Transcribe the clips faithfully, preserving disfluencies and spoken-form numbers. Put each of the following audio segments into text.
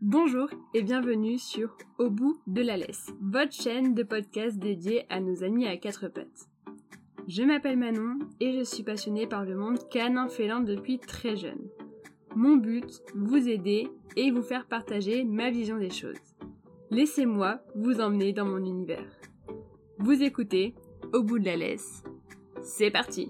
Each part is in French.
Bonjour et bienvenue sur Au bout de la laisse, votre chaîne de podcast dédiée à nos amis à quatre pattes. Je m'appelle Manon et je suis passionnée par le monde canin félin depuis très jeune. Mon but, vous aider et vous faire partager ma vision des choses. Laissez-moi vous emmener dans mon univers. Vous écoutez Au bout de la laisse. C'est parti!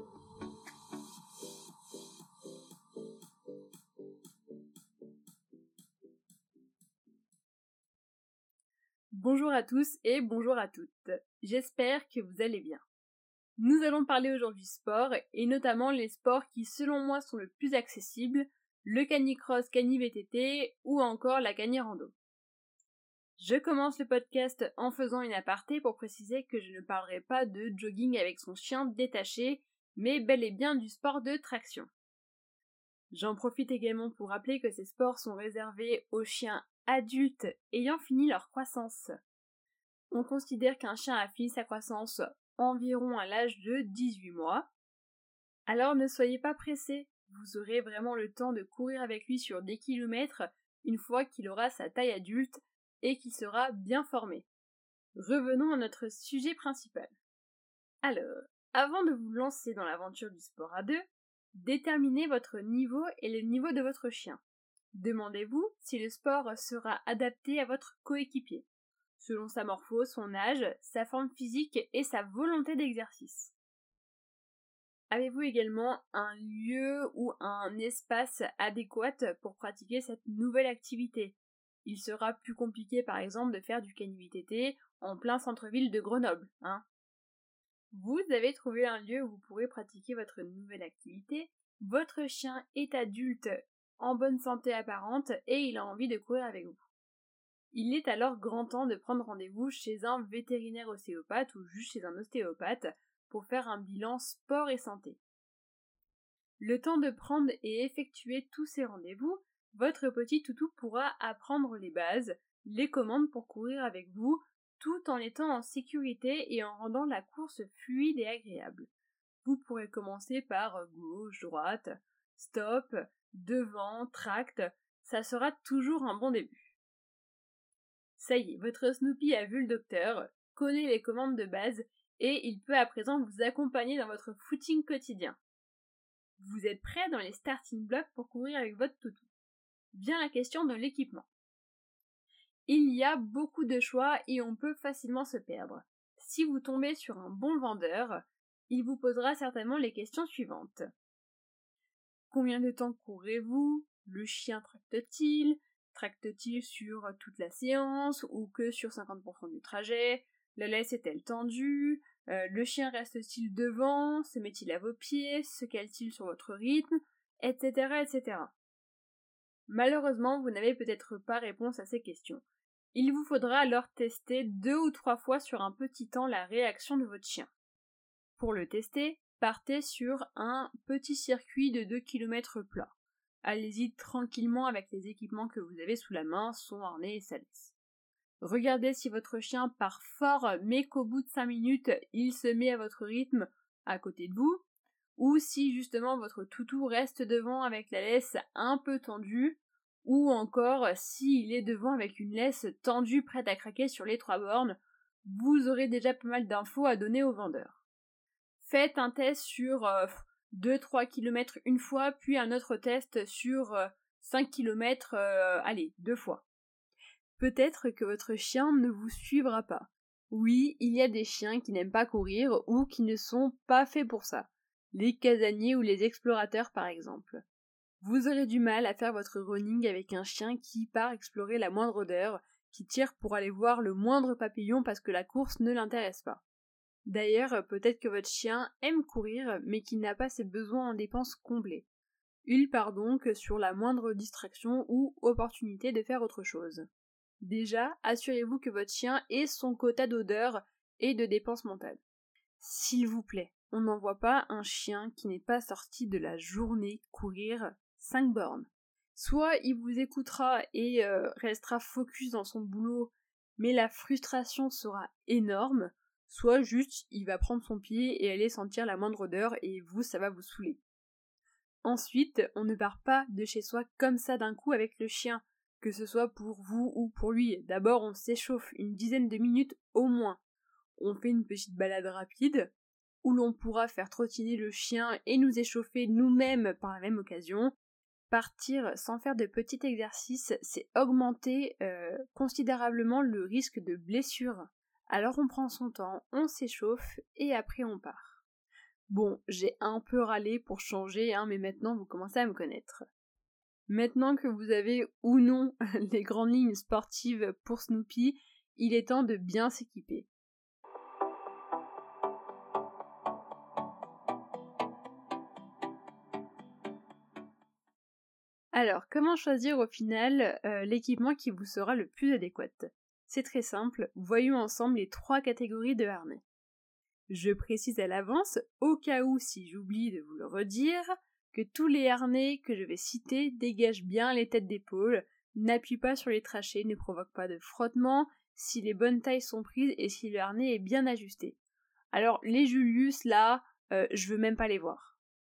Bonjour à tous et bonjour à toutes. J'espère que vous allez bien. Nous allons parler aujourd'hui sport et notamment les sports qui selon moi sont le plus accessibles, le canicross, cani-V T T ou encore la cani-rando. Je commence le podcast en faisant une aparté pour préciser que je ne parlerai pas de jogging avec son chien détaché, mais bel et bien du sport de traction. J'en profite également pour rappeler que ces sports sont réservés aux chiens adultes ayant fini leur croissance. On considère qu'un chien a fini sa croissance environ à l'âge de dix-huit mois. Alors ne soyez pas pressés, vous aurez vraiment le temps de courir avec lui sur des kilomètres une fois qu'il aura sa taille adulte et qu'il sera bien formé. Revenons à notre sujet principal. Alors, avant de vous lancer dans l'aventure du sport à deux, déterminez votre niveau et le niveau de votre chien. Demandez-vous si le sport sera adapté à votre coéquipier, selon sa morpho, son âge, sa forme physique et sa volonté d'exercice. Avez-vous également un lieu ou un espace adéquat pour pratiquer cette nouvelle activité? Il sera plus compliqué par exemple de faire du cani-V T T en plein centre-ville de Grenoble, hein. Vous avez trouvé un lieu où vous pourrez pratiquer votre nouvelle activité, votre chien est adulte, en bonne santé apparente et il a envie de courir avec vous. Il est alors grand temps de prendre rendez-vous chez un vétérinaire ostéopathe ou juste chez un ostéopathe pour faire un bilan sport et santé. Le temps de prendre et effectuer tous ces rendez-vous, votre petit toutou pourra apprendre les bases, les commandes pour courir avec vous, tout en étant en sécurité et en rendant la course fluide et agréable. Vous pourrez commencer par gauche, droite, stop, devant, tract, ça sera toujours un bon début. Ça y est, votre Snoopy a vu le docteur, connaît les commandes de base et il peut à présent vous accompagner dans votre footing quotidien. Vous êtes prêt dans les starting blocks pour courir avec votre toutou. Vient la question de l'équipement. Il y a beaucoup de choix et on peut facilement se perdre. Si vous tombez sur un bon vendeur, il vous posera certainement les questions suivantes. Combien de temps courez-vous? Le chien tracte-t-il? Tracte-t-il sur toute la séance ou que sur cinquante pour cent du trajet? La laisse est-elle tendue? euh, Le chien reste-t-il devant? Se met-il à vos pieds? Se cale-t-il sur votre rythme? Etc, et cetera. Malheureusement, vous n'avez peut-être pas réponse à ces questions. Il vous faudra alors tester deux ou trois fois sur un petit temps la réaction de votre chien. Pour le tester, partez sur un petit circuit de deux kilomètres plat. Allez-y tranquillement avec les équipements que vous avez sous la main, son harnais et sa laisse. Regardez si votre chien part fort mais qu'au bout de cinq minutes, il se met à votre rythme à côté de vous, ou si justement votre toutou reste devant avec la laisse un peu tendue, ou encore s'il est devant avec une laisse tendue prête à craquer sur les trois bornes, vous aurez déjà pas mal d'infos à donner au vendeur. Faites un test sur euh, deux à trois kilomètres une fois, puis un autre test sur euh, cinq kilomètres, euh, allez, deux fois. Peut-être que votre chien ne vous suivra pas. Oui, il y a des chiens qui n'aiment pas courir ou qui ne sont pas faits pour ça. Les casaniers ou les explorateurs par exemple. Vous aurez du mal à faire votre running avec un chien qui part explorer la moindre odeur, qui tire pour aller voir le moindre papillon parce que la course ne l'intéresse pas. D'ailleurs, peut-être que votre chien aime courir, mais qu'il n'a pas ses besoins en dépenses comblés. Il part donc sur la moindre distraction ou opportunité de faire autre chose. Déjà, assurez-vous que votre chien ait son quota d'odeur et de dépenses mentales. S'il vous plaît, on n'envoie pas un chien qui n'est pas sorti de la journée courir cinq bornes. Soit il vous écoutera et euh, restera focus dans son boulot, mais la frustration sera énorme, soit juste il va prendre son pied et aller sentir la moindre odeur et vous, ça va vous saouler. Ensuite, on ne part pas de chez soi comme ça d'un coup avec le chien. que ce soit pour vous ou pour lui. D'abord, on s'échauffe une dizaine de minutes au moins. On fait une petite balade rapide, où l'on pourra faire trottiner le chien et nous échauffer nous-mêmes par la même occasion. Partir sans faire de petits exercices, c'est augmenter euh, considérablement le risque de blessure. Alors on prend son temps, on s'échauffe et après on part. Bon, j'ai un peu râlé pour changer, hein, mais maintenant vous commencez à me connaître. Maintenant que vous avez ou non les grandes lignes sportives pour Snoopy, il est temps de bien s'équiper. Alors, comment choisir au final euh, l'équipement qui vous sera le plus adéquat? C'est très simple, voyons ensemble les trois catégories de harnais. Je précise à l'avance, au cas où si j'oublie de vous le redire, que tous les harnais que je vais citer dégagent bien les têtes d'épaule, n'appuient pas sur les trachées, ne provoquent pas de frottement, si les bonnes tailles sont prises et si le harnais est bien ajusté. Alors les Julius là, euh, je veux même pas les voir.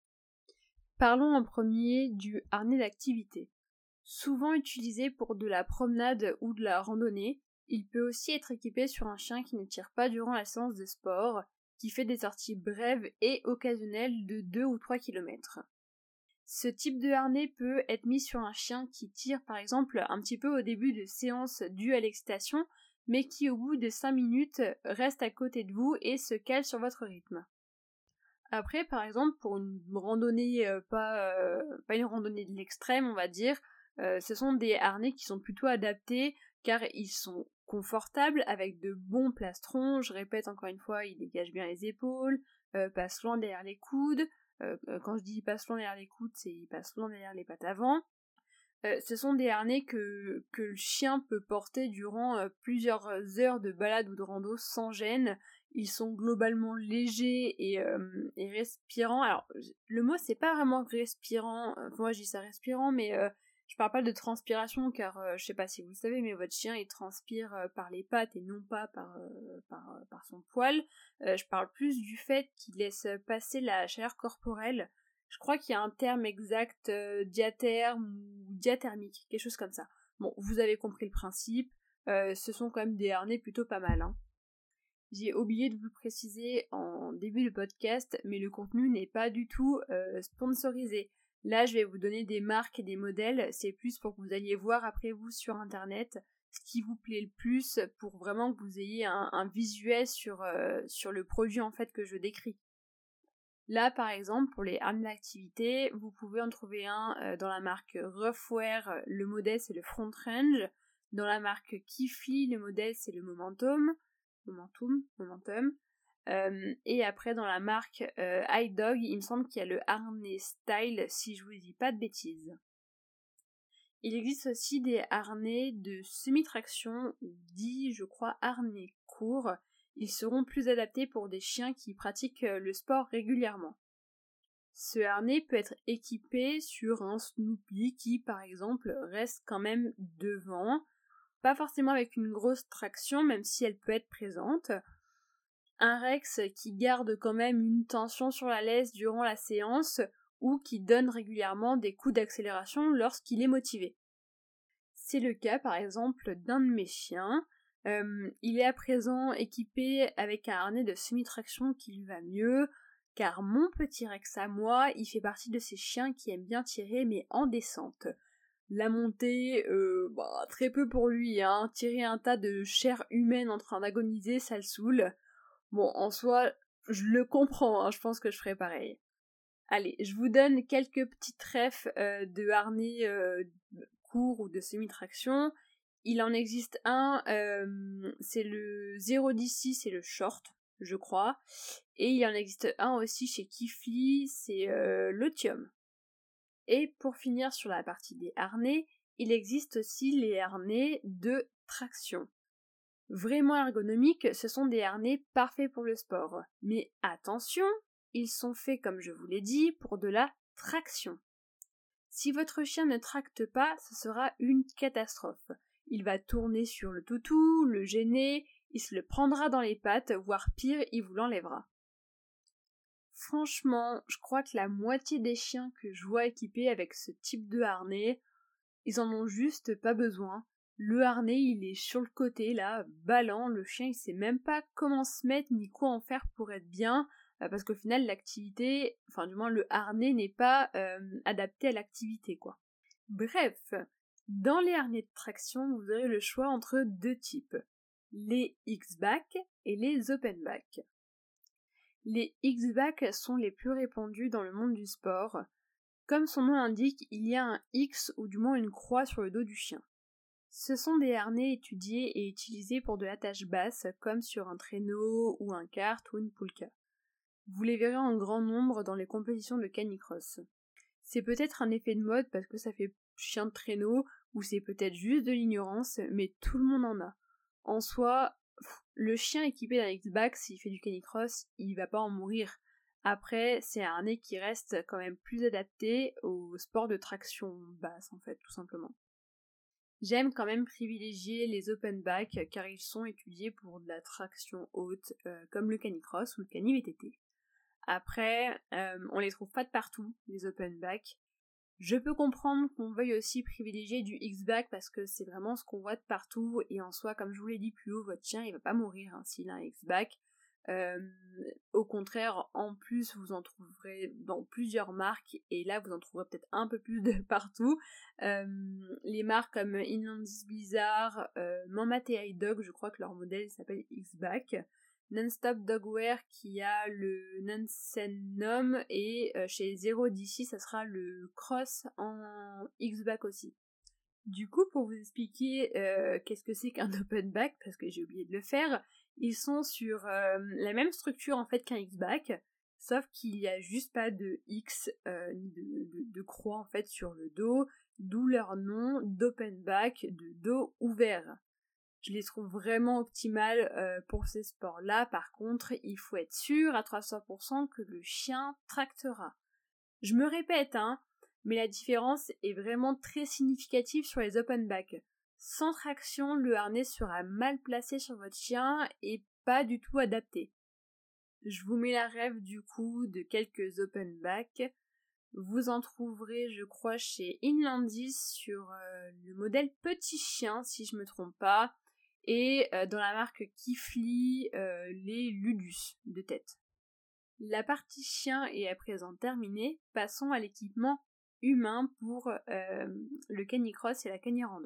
Parlons en premier du harnais d'activité. Souvent utilisé pour de la promenade ou de la randonnée, il peut aussi être équipé sur un chien qui ne tire pas durant la séance de sport, qui fait des sorties brèves et occasionnelles de deux ou trois kilomètres. Ce type de harnais peut être mis sur un chien qui tire par exemple un petit peu au début de séance due à l'excitation, mais qui au bout de cinq minutes reste à côté de vous et se cale sur votre rythme. Après, par exemple, pour une randonnée, euh, pas, euh, pas une randonnée de l'extrême, on va dire, euh, ce sont des harnais qui sont plutôt adaptés car ils sont confortables avec de bons plastrons. Je répète encore une fois, ils dégagent bien les épaules, euh, passent loin derrière les coudes. Euh, quand je dis passent loin derrière les coudes, c'est ils passent loin derrière les pattes avant. Euh, ce sont des harnais que, que le chien peut porter durant euh, plusieurs heures de balade ou de rando sans gêne. Ils sont globalement légers et, euh, et respirants. Alors, le mot c'est pas vraiment respirant, enfin, moi je dis ça respirant, mais euh, je parle pas de transpiration car euh, je sais pas si vous le savez, mais votre chien il transpire euh, par les pattes et non pas par, euh, par, euh, par son poil. Euh, je parle plus du fait qu'il laisse passer la chaleur corporelle. Je crois qu'il y a un terme exact, euh, diatherme ou diathermique, quelque chose comme ça. Bon, vous avez compris le principe, euh, ce sont quand même des harnais plutôt pas mal, hein. J'ai oublié de vous le préciser en début de podcast, mais le contenu n'est pas du tout euh, sponsorisé. Là, je vais vous donner des marques et des modèles, c'est plus pour que vous alliez voir après vous sur internet ce qui vous plaît le plus pour vraiment que vous ayez un, un visuel sur, euh, sur le produit en fait que je décris. Là, par exemple, pour les harnais d'activité, vous pouvez en trouver un euh, dans la marque Roughwear, le modèle c'est le Front Range. Dans la marque Kifli, le modèle c'est le Momentum. Momentum, Momentum. Euh, et après, dans la marque euh, iDog, il me semble qu'il y a le harnais Style, si je vous dis pas de bêtises. Il existe aussi des harnais de semi-traction, ou dits, je crois, harnais courts. Ils seront plus adaptés pour des chiens qui pratiquent le sport régulièrement. Ce harnais peut être équipé sur un Snoopy qui, par exemple, reste quand même devant, pas forcément avec une grosse traction, même si elle peut être présente. Un Rex qui garde quand même une tension sur la laisse durant la séance, ou qui donne régulièrement des coups d'accélération lorsqu'il est motivé. C'est le cas par exemple d'un de mes chiens. Euh, il est à présent équipé avec un harnais de semi-traction qui lui va mieux, car mon petit Rex à moi, il fait partie de ces chiens qui aiment bien tirer mais en descente. La montée, euh, bah, très peu pour lui, hein. Tirer un tas de chair humaine en train d'agoniser, ça le saoule. Bon, en soi, je le comprends, hein, je pense que je ferais pareil. Allez, je vous donne quelques petits trèfles euh, de harnais euh, court ou de semi-traction. Il en existe un, euh, c'est le zéro dix-six, c'est le short, je crois. Et il en existe un aussi chez Kifli, c'est euh, l'Otium. Et pour finir sur la partie des harnais, il existe aussi les harnais de traction. Vraiment ergonomiques, ce sont des harnais parfaits pour le sport. Mais attention, ils sont faits, comme je vous l'ai dit, pour de la traction. Si votre chien ne tracte pas, ce sera une catastrophe. Il va tourner sur le toutou, le gêner, il se le prendra dans les pattes, voire pire, il vous l'enlèvera. Franchement, je crois que la moitié des chiens que je vois équipés avec ce type de harnais, Ils en ont juste pas besoin. Le harnais, il est sur le côté, là, ballant, le chien, il sait même pas comment se mettre ni quoi en faire pour être bien, euh, parce qu'au final, l'activité, enfin du moins le harnais n'est pas euh, adapté à l'activité, quoi. Bref, dans les harnais de traction, vous aurez le choix entre deux types, les X-Back et les Open-Back. Les X-Back sont les plus répandus dans le monde du sport. Comme son nom l'indique, il y a un X ou du moins une croix sur le dos du chien. Ce sont des harnais étudiés et utilisés pour de la tâche basse, comme sur un traîneau ou un kart ou une poulka. Vous les verrez en grand nombre dans les compétitions de canicross. C'est peut-être un effet de mode parce que ça fait chien de traîneau, ou c'est peut-être juste de l'ignorance, mais tout le monde en a. En soi, le chien équipé d'un X-Back, s'il fait du canicross, il va pas en mourir. Après, c'est un harnais qui reste quand même plus adapté au sport de traction basse, en fait, tout simplement. J'aime quand même privilégier les open back car ils sont étudiés pour de la traction haute, euh, comme le canicross ou le cani-V T T. Après, euh, on les trouve pas de partout, les open back. Je peux comprendre qu'on veuille aussi privilégier du X-Back parce que c'est vraiment ce qu'on voit de partout et en soi, comme je vous l'ai dit plus haut, votre chien il va pas mourir hein, s'il a un X-Back. Euh, au contraire, en plus, vous en trouverez dans plusieurs marques et là, vous en trouverez peut-être un peu plus de partout. Euh, les marques comme Inlandis Blizzard, euh, Mammat et iDog, je crois que leur modèle s'appelle X-Back. Non-Stop Dogwear qui a le Nansennom et euh, chez Zero D C ça sera le Cross en X-Back aussi. Du coup, pour vous expliquer euh, qu'est-ce que c'est qu'un open back, parce que j'ai oublié de le faire, ils sont sur euh, la même structure en fait qu'un X-Back, sauf qu'il n'y a juste pas de X euh, ni de, de, de croix en fait sur le dos, d'où leur nom d'open back, de dos ouvert. Je les trouve vraiment optimales euh, pour ces sports-là. Par contre, il faut être sûr à trois cents pour cent que le chien tractera. Je me répète, hein, mais la différence est vraiment très significative sur les open back. Sans traction, le harnais sera mal placé sur votre chien et pas du tout adapté. Je vous mets la rêve du coup de quelques open back. Vous en trouverez, je crois, chez Inlandis sur euh, le modèle petit chien, si je me trompe pas, et euh, dans la marque Kifli, euh, les Ludus de tête. La partie chien est à présent terminée, passons à l'équipement humain pour euh, le canicross et la canirando.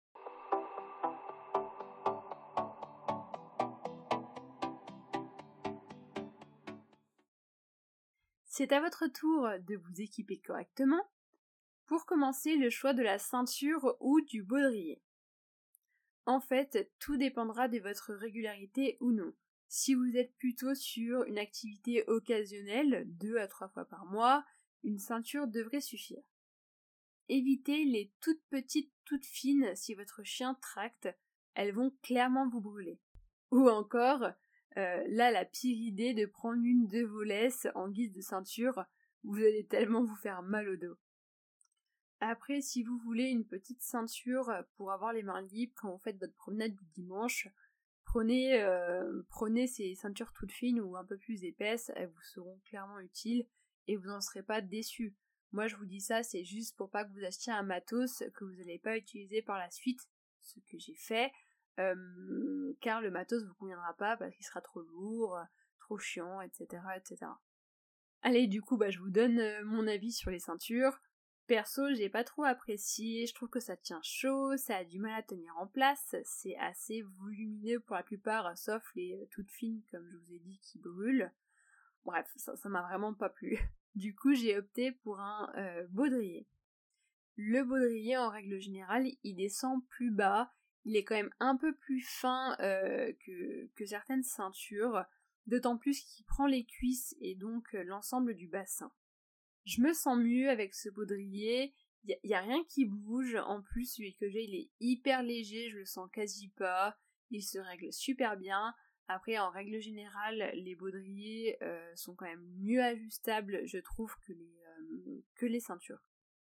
C'est à votre tour de vous équiper correctement. Pour commencer, le choix de la ceinture ou du baudrier. En fait, tout dépendra de votre régularité ou non. Si vous êtes plutôt sur une activité occasionnelle, deux à trois fois par mois, une ceinture devrait suffire. Évitez les toutes petites, toutes fines si votre chien tracte, elles vont clairement vous brûler. Ou encore, euh, là la pire idée de prendre une de vos laisses en guise de ceinture, vous allez tellement vous faire mal au dos. Après, si vous voulez une petite ceinture pour avoir les mains libres quand vous faites votre promenade du dimanche, prenez, euh, prenez ces ceintures toutes fines ou un peu plus épaisses, elles vous seront clairement utiles et vous n'en serez pas déçus. Moi je vous dis ça, c'est juste pour pas que vous achetiez un matos que vous n'allez pas utiliser par la suite, ce que j'ai fait, euh, car le matos vous conviendra pas parce qu'il sera trop lourd, trop chiant, et cetera et cetera. Allez, du coup, bah, je vous donne euh, mon avis sur les ceintures. Perso, j'ai pas trop apprécié, je trouve que ça tient chaud, ça a du mal à tenir en place, c'est assez volumineux pour la plupart, sauf les euh, toutes fines, comme je vous ai dit, qui brûlent. Bref, ça, ça m'a vraiment pas plu. Du coup, j'ai opté pour un euh, baudrier. Le baudrier, en règle générale, il descend plus bas, il est quand même un peu plus fin euh, que, que certaines ceintures, d'autant plus qu'il prend les cuisses et donc euh, l'ensemble du bassin. Je me sens mieux avec ce baudrier, il n'y a, a rien qui bouge, en plus celui que j'ai il est hyper léger, je le sens quasi pas, il se règle super bien. Après en règle générale les baudriers euh, sont quand même mieux ajustables je trouve que les, euh, que les ceintures.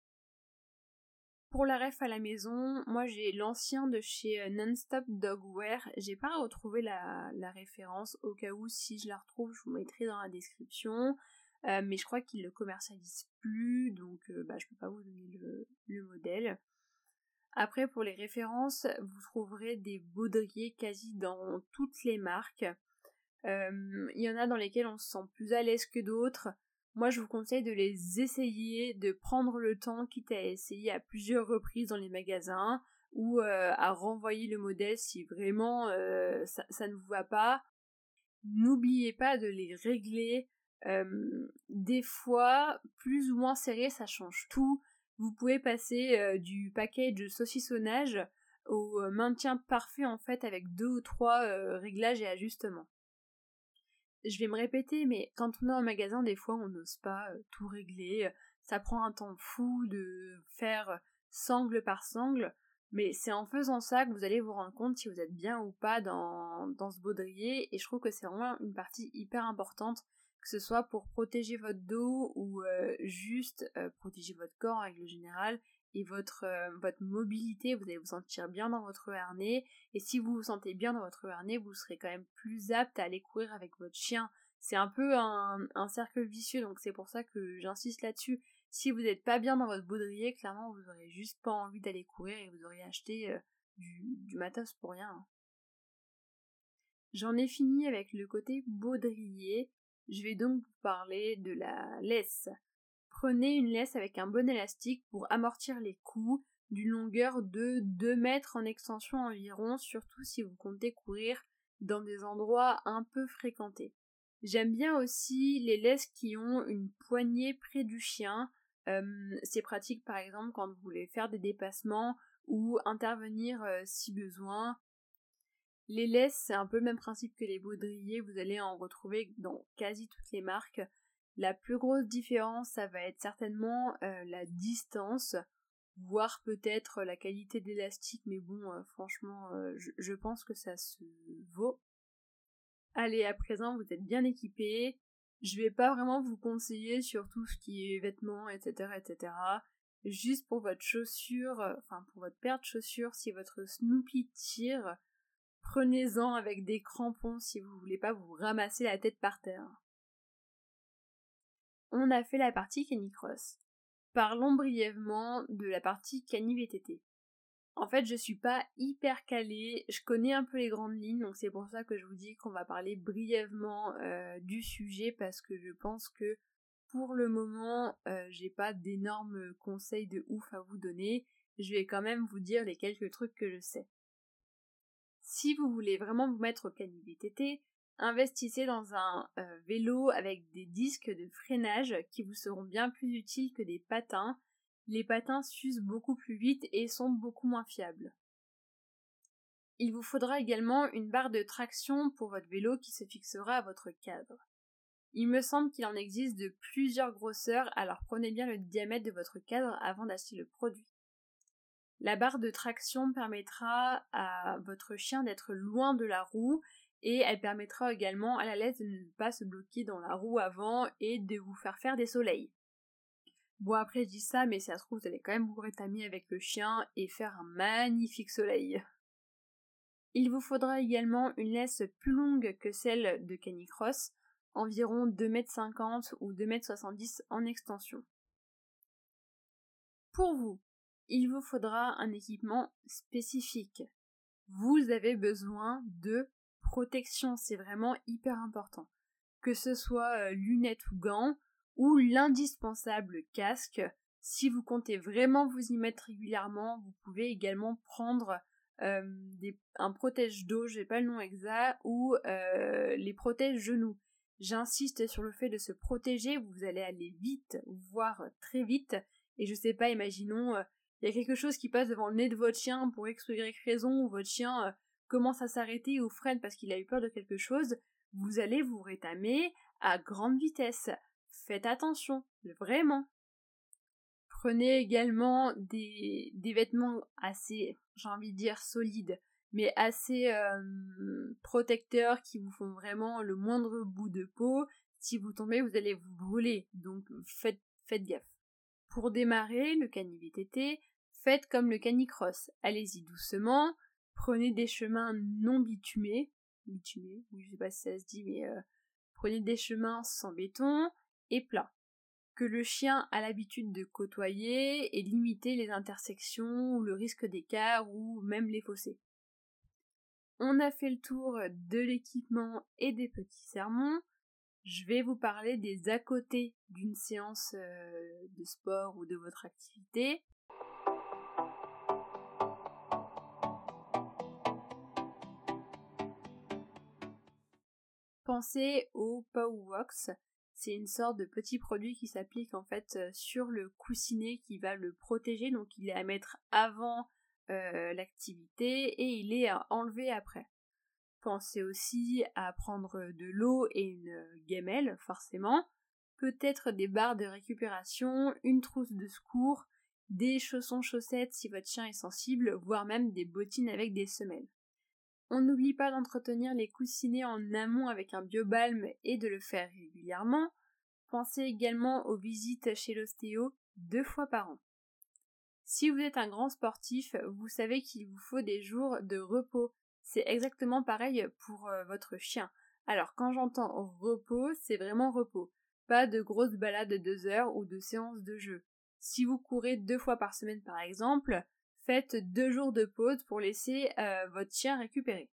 Pour la ref à la maison, moi j'ai l'ancien de chez Non-Stop Dogwear, j'ai pas retrouvé la, la référence, au cas où si je la retrouve je vous mettrai dans la description. Euh, mais je crois qu'ils le commercialisent plus, donc euh, bah, je peux pas vous donner le, le modèle. Après, pour les références, vous trouverez des baudriers quasi dans toutes les marques. Euh, il y en a dans lesquels on se sent plus à l'aise que d'autres. Moi, je vous conseille de les essayer, de prendre le temps, quitte à essayer à plusieurs reprises dans les magasins, ou euh, à renvoyer le modèle si vraiment euh, ça, ça ne vous va pas. N'oubliez pas de les régler. Euh, des fois, plus ou moins serré, ça change tout. Vous pouvez passer euh, du package saucissonnage au euh, maintien parfait en fait avec deux ou trois euh, réglages et ajustements. Je vais me répéter, mais quand on est en magasin, des fois on n'ose pas euh, tout régler. Ça prend un temps fou de faire sangle par sangle. Mais c'est en faisant ça que vous allez vous rendre compte si vous êtes bien ou pas dans, dans ce baudrier. Et je trouve que c'est vraiment une partie hyper importante, que ce soit pour protéger votre dos ou euh, juste euh, protéger votre corps en règle générale. Et votre, euh, votre mobilité, vous allez vous sentir bien dans votre harnais. Et si vous vous sentez bien dans votre harnais, vous serez quand même plus apte à aller courir avec votre chien. C'est un peu un, un cercle vicieux, donc c'est pour ça que j'insiste là-dessus. Si vous n'êtes pas bien dans votre baudrier, clairement vous aurez juste pas envie d'aller courir et vous auriez acheté euh, du, du matos pour rien. Hein. J'en ai fini avec le côté baudrier. Je vais donc vous parler de la laisse. Prenez une laisse avec un bon élastique pour amortir les coups, d'une longueur de deux mètres en extension environ, surtout si vous comptez courir dans des endroits un peu fréquentés. J'aime bien aussi les laisses qui ont une poignée près du chien. Euh, c'est pratique par exemple quand vous voulez faire des dépassements ou intervenir euh, si besoin. Les laisses, c'est un peu le même principe que les baudriers, vous allez en retrouver dans quasi toutes les marques. La plus grosse différence, ça va être certainement euh, la distance, voire peut-être la qualité d'élastique, mais bon, euh, franchement, euh, je, je pense que ça se vaut. Allez, à présent, vous êtes bien équipés. Je vais pas vraiment vous conseiller sur tout ce qui est vêtements, et cetera, et cetera. Juste pour votre chaussure, enfin pour votre paire de chaussures, si votre Snoopy tire, prenez-en avec des crampons si vous voulez pas vous ramasser la tête par terre. On a fait la partie canicross. Parlons brièvement de la partie cani-V T T. En fait, je suis pas hyper calée, je connais un peu les grandes lignes, donc c'est pour ça que je vous dis qu'on va parler brièvement euh, du sujet, parce que je pense que pour le moment, euh, j'ai pas d'énormes conseils de ouf à vous donner. Je vais quand même vous dire les quelques trucs que je sais. Si vous voulez vraiment vous mettre au cani-V T T, investissez dans un euh, vélo avec des disques de freinage qui vous seront bien plus utiles que des patins. Les patins s'usent beaucoup plus vite et sont beaucoup moins fiables. Il vous faudra également une barre de traction pour votre vélo qui se fixera à votre cadre. Il me semble qu'il en existe de plusieurs grosseurs, alors prenez bien le diamètre de votre cadre avant d'acheter le produit. La barre de traction permettra à votre chien d'être loin de la roue et elle permettra également à la laisse de ne pas se bloquer dans la roue avant et de vous faire faire des soleils. Bon, après je dis ça, mais si ça se trouve vous allez quand même vous rétamer avec le chien et faire un magnifique soleil. Il vous faudra également une laisse plus longue que celle de canicross, environ deux mètres cinquante ou deux mètres soixante-dix en extension. Pour vous, il vous faudra un équipement spécifique. Vous avez besoin de protection, c'est vraiment hyper important. Que ce soit lunettes ou gants, ou l'indispensable casque. Si vous comptez vraiment vous y mettre régulièrement, vous pouvez également prendre euh, des, un protège-dos, je n'ai pas le nom exact, ou euh, les protège-genoux. J'insiste sur le fait de se protéger, vous allez aller vite, voire très vite, et je sais pas, imaginons, il euh, y a quelque chose qui passe devant le nez de votre chien pour X ou Y raison, ou votre chien euh, commence à s'arrêter ou freine parce qu'il a eu peur de quelque chose, vous allez vous rétamer à grande vitesse. Faites attention, vraiment. Prenez également des, des vêtements assez, j'ai envie de dire, solides, mais assez euh, protecteurs qui vous font vraiment le moindre bout de peau. Si vous tombez, vous allez vous brûler, donc faites, faites gaffe. Pour démarrer le cani-V T T, faites comme le canicross. Allez-y doucement, prenez des chemins non bitumés. Bitumés, oui, je sais pas si ça se dit, mais euh, prenez des chemins sans béton et plats. que le chien a l'habitude de côtoyer et limiter les intersections ou le risque d'écart ou même les fossés. On a fait le tour de l'équipement et des petits sermons. Je vais vous parler des à côté d'une séance euh, de sport ou de votre activité. Pensez au Powwox. C'est une sorte de petit produit qui s'applique en fait sur le coussinet qui va le protéger, donc il est à mettre avant euh, l'activité et il est à enlever après. Pensez aussi à prendre de l'eau et une gamelle, forcément, peut-être des barres de récupération, une trousse de secours, des chaussons-chaussettes si votre chien est sensible, voire même des bottines avec des semelles. On n'oublie pas d'entretenir les coussinets en amont avec un biobalm et de le faire régulièrement. Pensez également aux visites chez l'ostéo deux fois par an. Si vous êtes un grand sportif, vous savez qu'il vous faut des jours de repos. C'est exactement pareil pour euh, votre chien. Alors quand j'entends repos, c'est vraiment repos. Pas de grosses balades de deux heures ou de séances de jeu. Si vous courez deux fois par semaine par exemple, faites deux jours de pause pour laisser euh, votre chien récupérer.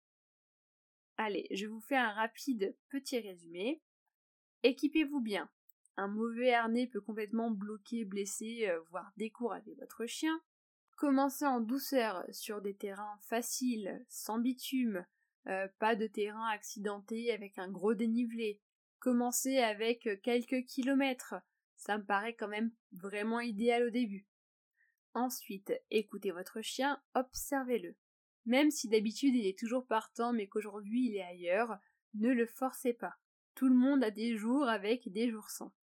Allez, je vous fais un rapide petit résumé. Équipez-vous bien. Un mauvais harnais peut complètement bloquer, blesser, euh, voire décourager votre chien. Commencez en douceur sur des terrains faciles, sans bitume, euh, pas de terrain accidenté avec un gros dénivelé. Commencez avec quelques kilomètres. Ça me paraît quand même vraiment idéal au début. Ensuite, écoutez votre chien, observez-le. Même si d'habitude il est toujours partant mais qu'aujourd'hui il est ailleurs, ne le forcez pas. Tout le monde a des jours avec et des jours sans.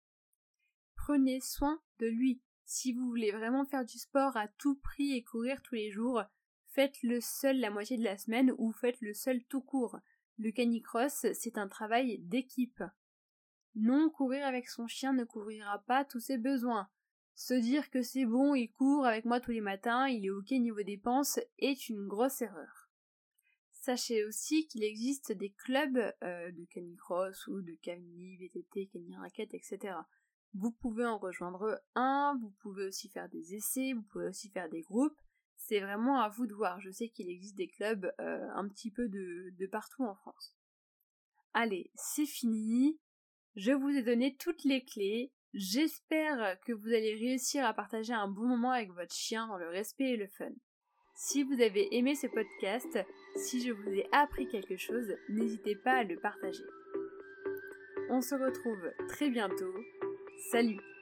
Prenez soin de lui. Si vous voulez vraiment faire du sport à tout prix et courir tous les jours, faites-le seul la moitié de la semaine ou faites-le seul tout court. Le canicross, c'est un travail d'équipe. Non, courir avec son chien ne couvrira pas tous ses besoins. Se dire que c'est bon, il court avec moi tous les matins, il est ok niveau dépenses, est une grosse erreur. Sachez aussi qu'il existe des clubs euh, de canicross ou de cani, V T T, cani-raquette, et cetera. Vous pouvez en rejoindre un, vous pouvez aussi faire des essais, vous pouvez aussi faire des groupes. C'est vraiment à vous de voir. Je sais qu'il existe des clubs euh, un petit peu de, de partout en France. Allez, c'est fini. Je vous ai donné toutes les clés. J'espère que vous allez réussir à partager un bon moment avec votre chien dans le respect et le fun. Si vous avez aimé ce podcast, si je vous ai appris quelque chose, n'hésitez pas à le partager. On se retrouve très bientôt. Salut!